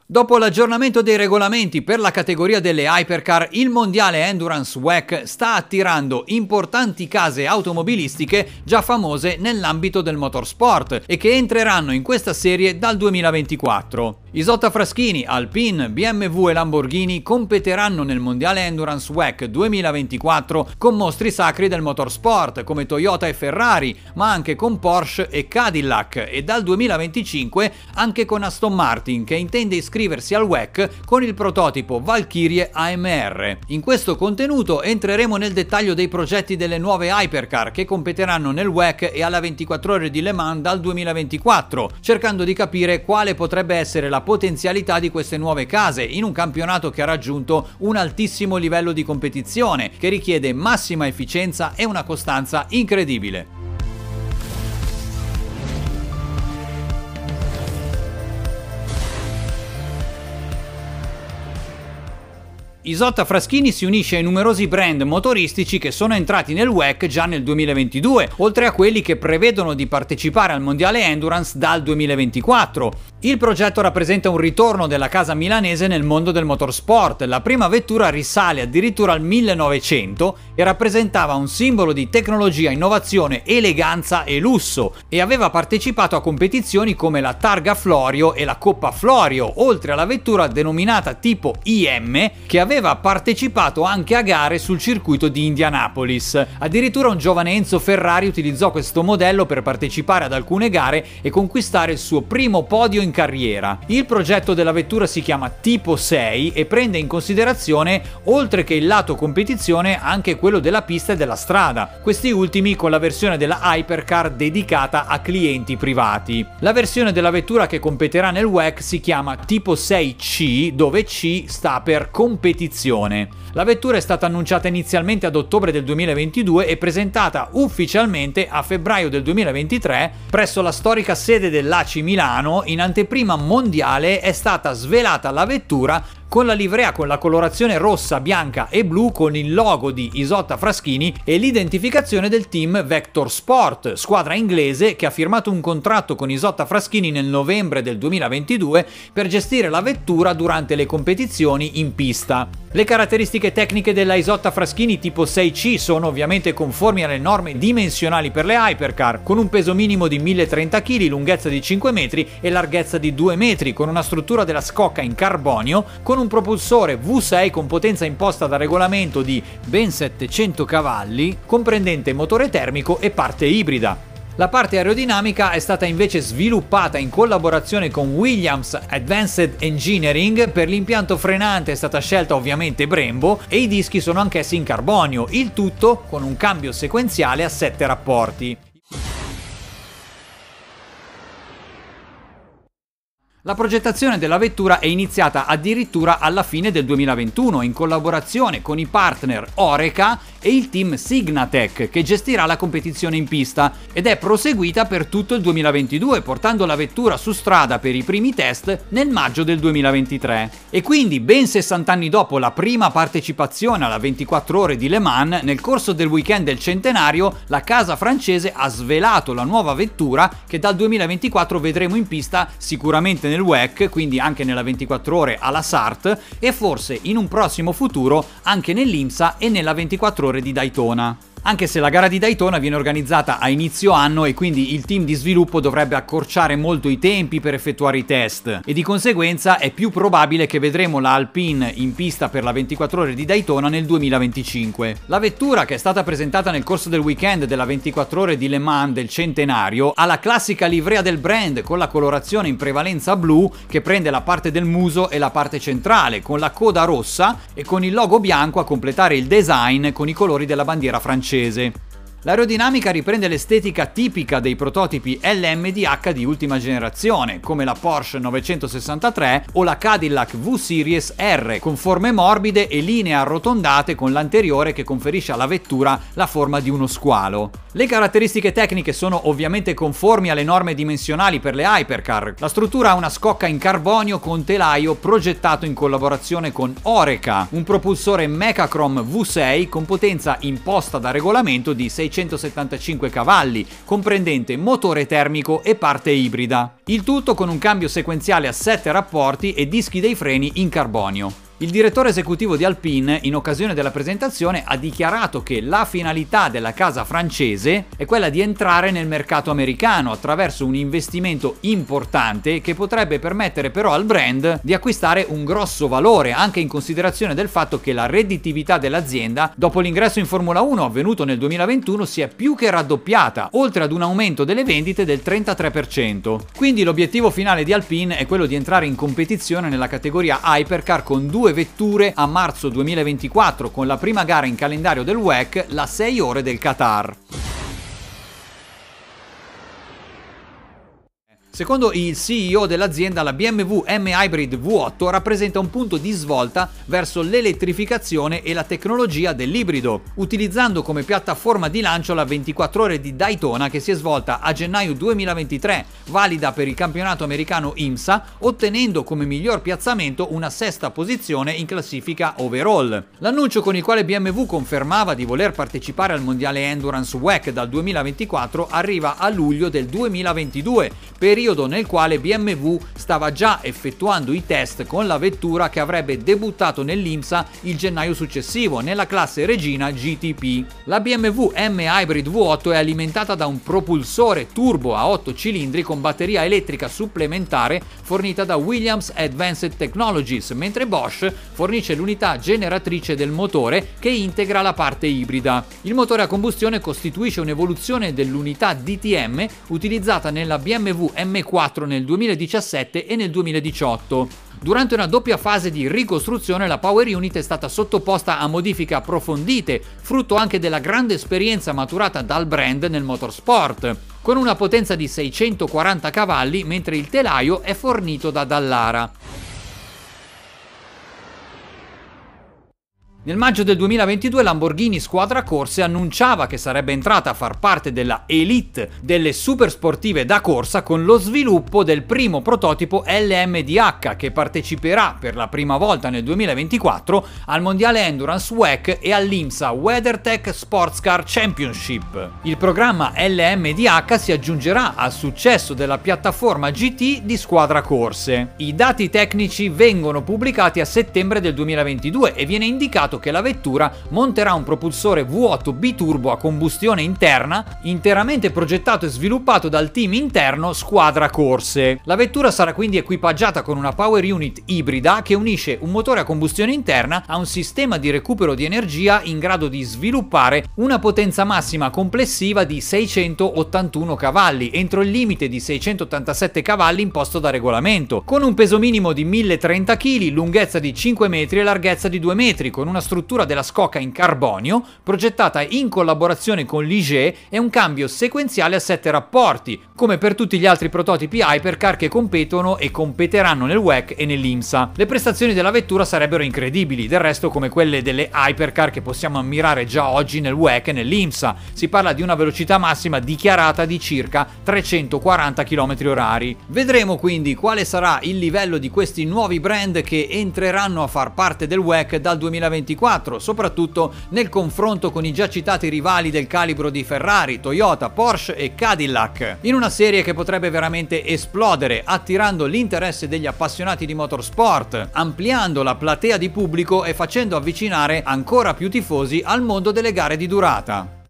Dopo l'aggiornamento dei regolamenti per la categoria delle hypercar, il mondiale Endurance WEC sta attirando importanti case automobilistiche già famose nell'ambito del motorsport e che entreranno in questa serie dal 2024. Isotta Fraschini, Alpine, BMW e Lamborghini competeranno nel mondiale Endurance WEC 2024 con mostri sacri del motorsport come Toyota e Ferrari, ma anche con Porsche e Cadillac, e dal 2025 anche con Aston Martin, che intende iscriversi al WEC con il prototipo Valkyrie AMR. In questo contenuto entreremo nel dettaglio dei progetti delle nuove hypercar che competeranno nel WEC e alla 24 ore di Le Mans dal 2024, cercando di capire quale potrebbe essere la potenzialità di queste nuove case in un campionato che ha raggiunto un altissimo livello di competizione, che richiede massima efficienza e una costanza incredibile. Isotta Fraschini si unisce ai numerosi brand motoristici che sono entrati nel WEC già nel 2022, oltre a quelli che prevedono di partecipare al mondiale Endurance dal 2024. Il progetto rappresenta un ritorno della casa milanese nel mondo del motorsport. La prima vettura risale addirittura al 1900 e rappresentava un simbolo di tecnologia, innovazione, eleganza e lusso, e aveva partecipato a competizioni come la Targa Florio e la Coppa Florio, oltre alla vettura denominata tipo IM, che aveva partecipato anche a gare sul circuito di Indianapolis. Addirittura un giovane Enzo Ferrari utilizzò questo modello per partecipare ad alcune gare e conquistare il suo primo podio in carriera. Il progetto della vettura si chiama Tipo 6 e prende in considerazione, oltre che il lato competizione, anche quello della pista e della strada, questi ultimi con la versione della hypercar dedicata a clienti privati. La versione della vettura che competerà nel WEC si chiama Tipo 6C, dove C sta per competizione. La vettura è stata annunciata inizialmente ad ottobre del 2022 e presentata ufficialmente a febbraio del 2023 presso la storica sede dell'ACI Milano. In anteprima mondiale è stata svelata la vettura con la livrea con la colorazione rossa, bianca e blu con il logo di Isotta Fraschini e l'identificazione del team Vector Sport, squadra inglese che ha firmato un contratto con Isotta Fraschini nel novembre del 2022 per gestire la vettura durante le competizioni in pista. Le caratteristiche tecniche della Isotta Fraschini tipo 6C sono ovviamente conformi alle norme dimensionali per le hypercar, con un peso minimo di 1030 kg, lunghezza di 5 metri e larghezza di 2 metri, con una struttura della scocca in carbonio, con un propulsore V6 con potenza imposta da regolamento di ben 700 cavalli, comprendente motore termico e parte ibrida. La parte aerodinamica è stata invece sviluppata in collaborazione con Williams Advanced Engineering. Per l'impianto frenante è stata scelta ovviamente Brembo e i dischi sono anch'essi in carbonio, il tutto con un cambio sequenziale a 7 rapporti. La progettazione della vettura è iniziata addirittura alla fine del 2021 in collaborazione con i partner Oreca e il team Signatech, che gestirà la competizione in pista, ed è proseguita per tutto il 2022, portando la vettura su strada per i primi test nel maggio del 2023. E quindi, ben 60 anni dopo la prima partecipazione alla 24 ore di Le Mans, nel corso del weekend del centenario, la casa francese ha svelato la nuova vettura che dal 2024 vedremo in pista sicuramente nel WEC, quindi anche nella 24 ore alla Sarthe, e forse in un prossimo futuro anche nell'IMSA e nella 24 ore di Daytona. Anche se la gara di Daytona viene organizzata a inizio anno e quindi il team di sviluppo dovrebbe accorciare molto i tempi per effettuare i test, e di conseguenza è più probabile che vedremo la Alpine in pista per la 24 ore di Daytona nel 2025. La vettura, che è stata presentata nel corso del weekend della 24 ore di Le Mans del centenario, ha la classica livrea del brand con la colorazione in prevalenza blu che prende la parte del muso e la parte centrale, con la coda rossa e con il logo bianco a completare il design con i colori della bandiera francese. L'aerodinamica riprende l'estetica tipica dei prototipi LMDH di ultima generazione, come la Porsche 963 o la Cadillac V-Series R, con forme morbide e linee arrotondate con l'anteriore che conferisce alla vettura la forma di uno squalo. Le caratteristiche tecniche sono ovviamente conformi alle norme dimensionali per le hypercar. La struttura ha una scocca in carbonio con telaio progettato in collaborazione con Oreca, un propulsore Mechachrome V6 con potenza imposta da regolamento di 600 675 cavalli, comprendente motore termico e parte ibrida. Il tutto con un cambio sequenziale a 7 rapporti e dischi dei freni in carbonio. Il direttore esecutivo di Alpine, in occasione della presentazione, ha dichiarato che la finalità della casa francese è quella di entrare nel mercato americano attraverso un investimento importante che potrebbe permettere però al brand di acquistare un grosso valore, anche in considerazione del fatto che la redditività dell'azienda dopo l'ingresso in Formula 1 avvenuto nel 2021 si è più che raddoppiata, oltre ad un aumento delle vendite del 33%. Quindi l'obiettivo finale di Alpine è quello di entrare in competizione nella categoria Hypercar con 2 vetture a marzo 2024, con la prima gara in calendario del WEC, la 6 ore del Qatar. Secondo il CEO dell'azienda, la BMW M Hybrid V8 rappresenta un punto di svolta verso l'elettrificazione e la tecnologia dell'ibrido, utilizzando come piattaforma di lancio la 24 ore di Daytona che si è svolta a gennaio 2023, valida per il campionato americano IMSA, ottenendo come miglior piazzamento una 6ª posizione in classifica overall. L'annuncio con il quale BMW confermava di voler partecipare al mondiale Endurance WEC dal 2024 arriva a luglio del 2022, periodo nel quale BMW stava già effettuando i test con la vettura che avrebbe debuttato nell'IMSA il gennaio successivo nella classe regina GTP. La BMW M Hybrid V8 è alimentata da un propulsore turbo a 8 cilindri con batteria elettrica supplementare fornita da Williams Advanced Technologies, mentre Bosch fornisce l'unità generatrice del motore che integra la parte ibrida. Il motore a combustione costituisce un'evoluzione dell'unità DTM utilizzata nella BMW M4 nel 2017 e nel 2018. Durante una doppia fase di ricostruzione la Power Unit è stata sottoposta a modifiche approfondite, frutto anche della grande esperienza maturata dal brand nel motorsport, con una potenza di 640 cavalli, mentre il telaio è fornito da Dallara. Nel maggio del 2022 Lamborghini Squadra Corse annunciava che sarebbe entrata a far parte della elite delle super sportive da corsa con lo sviluppo del primo prototipo LMDH che parteciperà per la prima volta nel 2024 al mondiale Endurance WEC e all'IMSA WeatherTech Sports Car Championship. Il programma LMDH si aggiungerà al successo della piattaforma GT di Squadra Corse. I dati tecnici vengono pubblicati a settembre del 2022 e viene indicato che la vettura monterà un propulsore V8 biturbo a combustione interna interamente progettato e sviluppato dal team interno Squadra Corse. La vettura sarà quindi equipaggiata con una power unit ibrida che unisce un motore a combustione interna a un sistema di recupero di energia in grado di sviluppare una potenza massima complessiva di 681 cavalli entro il limite di 687 cavalli imposto da regolamento, con un peso minimo di 1030 kg, lunghezza di 5 metri e larghezza di 2 metri, con una struttura della scocca in carbonio progettata in collaborazione con Ligier e un cambio sequenziale a 7 rapporti, come per tutti gli altri prototipi Hypercar che competono e competeranno nel WEC e nell'IMSA. Le prestazioni della vettura sarebbero incredibili, del resto come quelle delle Hypercar che possiamo ammirare già oggi nel WEC e nell'IMSA. Si parla di una velocità massima dichiarata di circa 340 km/h. Vedremo quindi quale sarà il livello di questi nuovi brand che entreranno a far parte del WEC dal 2024, soprattutto nel confronto con i già citati rivali del calibro di Ferrari, Toyota, Porsche e Cadillac, in una serie che potrebbe veramente esplodere, attirando l'interesse degli appassionati di motorsport, ampliando la platea di pubblico e facendo avvicinare ancora più tifosi al mondo delle gare di durata.